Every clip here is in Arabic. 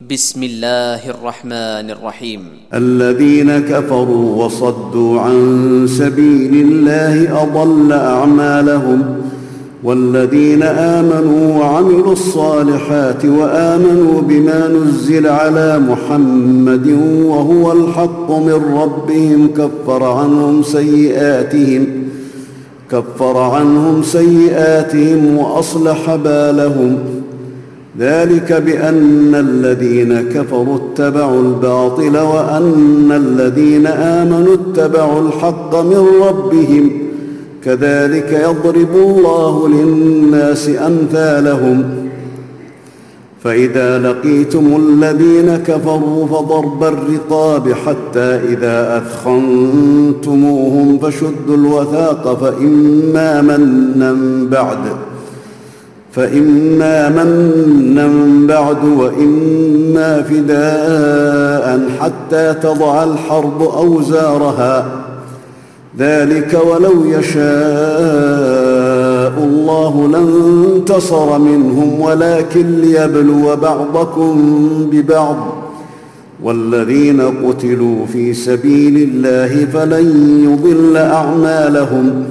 بسم الله الرحمن الرحيم. الذين كفروا وصدوا عن سبيل الله أضل أعمالهم، والذين آمنوا وعملوا الصالحات وآمنوا بما نزل على محمد وهو الحق من ربهم كفر عنهم سيئاتهم وأصلح بالهم. ذلك بأن الذين كفروا اتبعوا الباطل وأن الذين آمنوا اتبعوا الحق من ربهم، كذلك يضرب الله للناس أمثالهم. فإذا لقيتم الذين كفروا فضرب الرقاب حتى إذا أثخنتموهم فشدوا الوثاق فإما منا بعد وإما فداء حتى تضع الحرب أوزارها. ذلك ولو يشاء الله لانتصر منهم ولكن ليبلو بعضكم ببعض. والذين قتلوا في سبيل الله فلن يضل أعمالهم،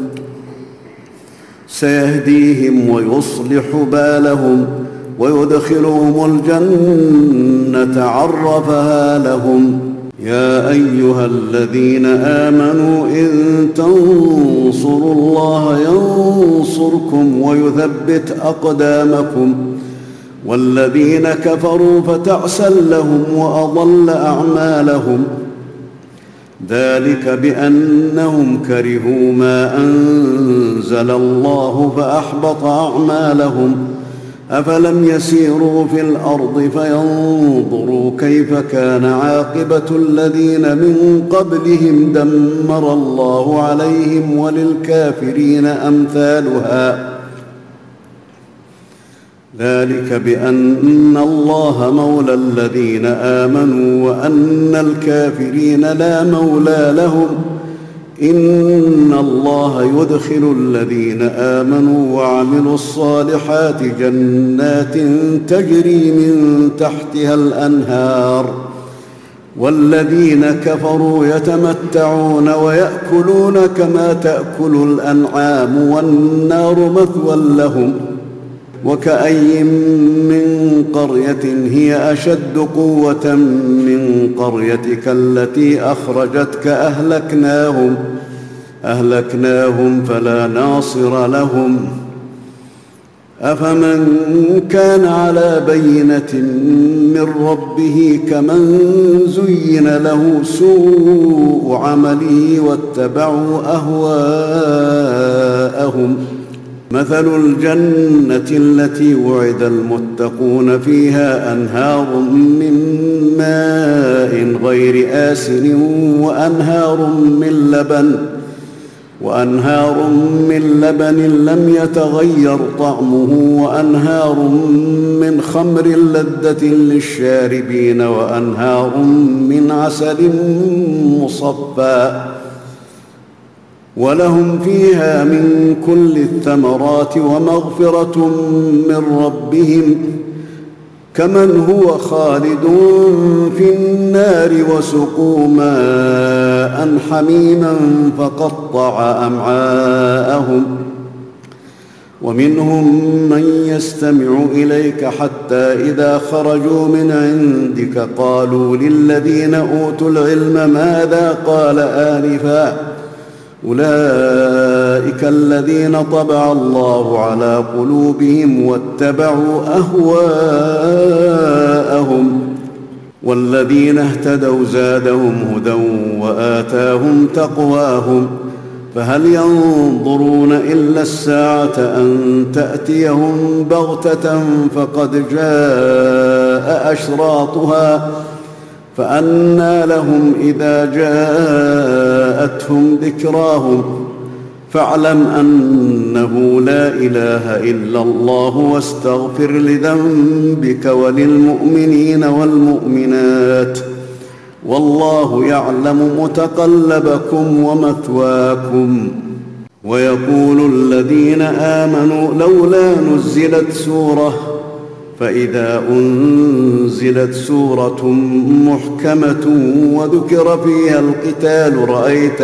سيهديهم ويصلح بالهم ويدخلهم الجنة عرفها لهم. يا أيها الذين آمنوا إن تنصروا الله ينصركم ويثبت أقدامكم. والذين كفروا فتعسا لهم وأضل أعمالهم. ذلك بأنهم كرهوا ما أنزل الله فأحبط أعمالهم. أفلم يسيروا في الأرض فينظروا كيف كان عاقبة الذين من قبلهم دمر الله عليهم وللكافرين أمثالها. ذلك بأن الله مولى الذين آمنوا وأن الكافرين لا مولى لهم. إن الله يدخل الذين آمنوا وعملوا الصالحات جنات تجري من تحتها الأنهار، والذين كفروا يتمتعون ويأكلون كما تأكل الأنعام والنار مثوى لهم. وكأي من قرية هي أشد قوة من قريتك التي أخرجتك أهلكناهم فلا ناصر لهم. أفمن كان على بينة من ربه كمن زين له سوء عمله واتبعوا أهواءهم. مثل الجنة التي وعد المتقون فيها أنهار من ماء غير آسن وأنهار من لبن لم يتغير طعمه وأنهار من خمر لذة للشاربين وأنهار من عسل مصفى ولهم فيها من كل الثمرات ومغفرة من ربهم كمن هو خالد في النار وسقوا ماء حميما فقطع أمعاءهم. ومنهم من يستمع إليك حتى إذا خرجوا من عندك قالوا للذين أوتوا العلم ماذا قال آنفا أولئك الذين طبع الله على قلوبهم واتبعوا أهواءهم. والذين اهتدوا زادهم هدى وآتاهم تقواهم. فهل ينظرون إلا الساعة أن تأتيهم بغتة فقد جاء أشراطها فأنى لهم إذا جاءتهم ذكراهم. فاعلم أنه لا إله إلا الله واستغفر لذنبك وللمؤمنين والمؤمنات والله يعلم متقلبكم ومثواكم. ويقول الذين آمنوا لولا نزلت سورة فإذا أنزلت سورة محكمة وذكر فيها القتال رأيت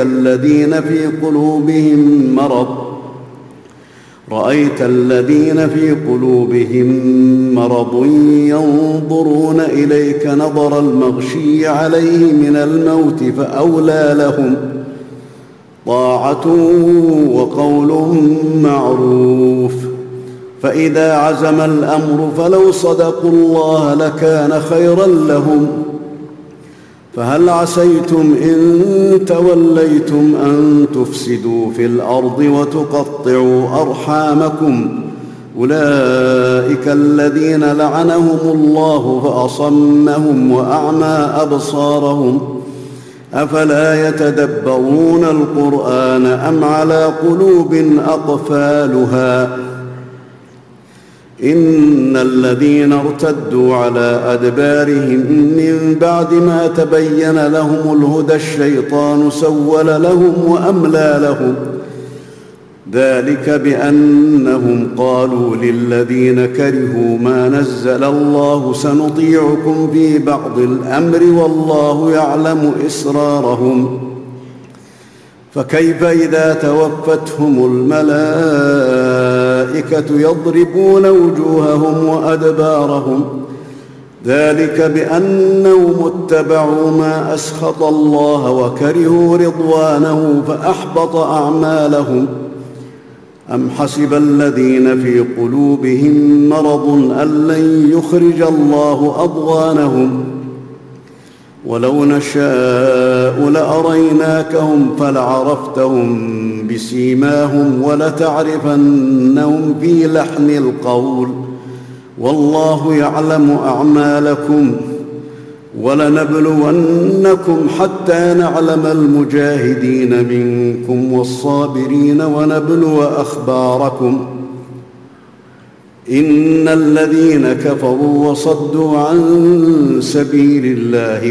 الذين في قلوبهم مرض ينظرون إليك نظر المغشي عليه من الموت فأولى لهم طاعة وقول معروف. فإذا عزم الأمر فلو صدقوا الله لكان خيرا لهم. فهل عسيتم إن توليتم أن تفسدوا في الأرض وتقطعوا أرحامكم؟ أولئك الذين لعنهم الله فأصمهم وأعمى أبصارهم. أفلا يتدبرون القرآن أم على قلوب أقفالها؟ إن الذين ارتدوا على أدبارهم من بعد ما تبين لهم الهدى الشيطان سول لهم وأملى لهم. ذلك بأنهم قالوا للذين كرهوا ما نزل الله سنطيعكم في بعض الأمر والله يعلم إسرارهم. فكيف إذا توفتهم الملائكة يضربون وجوههم وأدبارهم؟ ذلك بأنهم اتبعوا ما أسخط الله وكرهوا رضوانه فأحبط أعمالهم. أم حسب الذين في قلوبهم مرض أن لن يخرج الله أضغانهم؟ ولو نشاء لأريناكهم فلعرفتهم بسيماهم ولتعرفنهم في لحن القول والله يعلم أعمالكم. ولنبلونكم حتى نعلم المجاهدين منكم والصابرين ونبلو أخباركم. إن الذين كفروا وصدوا عن سبيل الله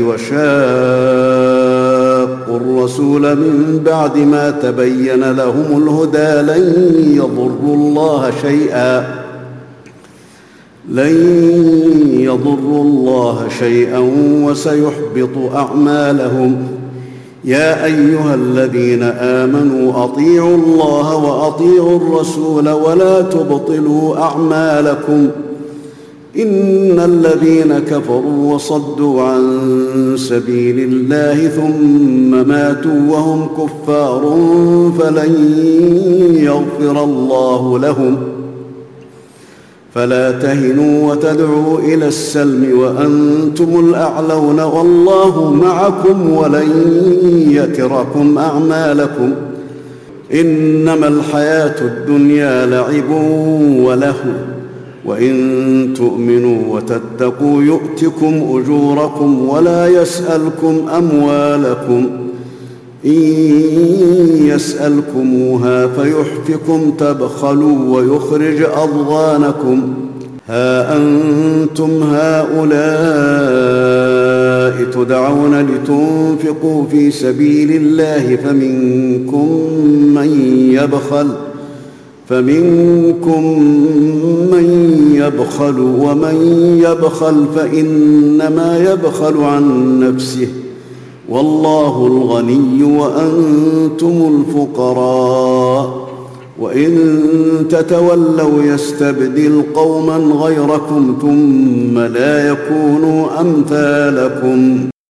وشاقوا الرسول من بعد ما تبين لهم الهدى لن يضروا الله شيئا وسيحبط أعمالهم. يا أيها الذين آمنوا أطيعوا الله وأطيعوا الرسول ولا تبطلوا أعمالكم. إن الذين كفروا وصدوا عن سبيل الله ثم ماتوا وهم كفار فلن يغفر الله لهم. فلا تهنوا وتدعوا إلى السلم وأنتم الأعلون والله معكم ولن يتركم أعمالكم. إنما الحياة الدنيا لعب ولهو وإن تؤمنوا وتتقوا يؤتكم أجوركم ولا يسألكم أموالكم. إن يسألكموها فيحفكم تبخلوا ويخرج أضغانكم. ها أنتم هؤلاء تدعون لتنفقوا في سبيل الله فمنكم من يبخل ومن يبخل فإنما يبخل عن نفسه والله الغني وأنتم الفقراء. وإن تتولوا يستبدل قوما غيركم ثم لا يكونوا أمثالكم.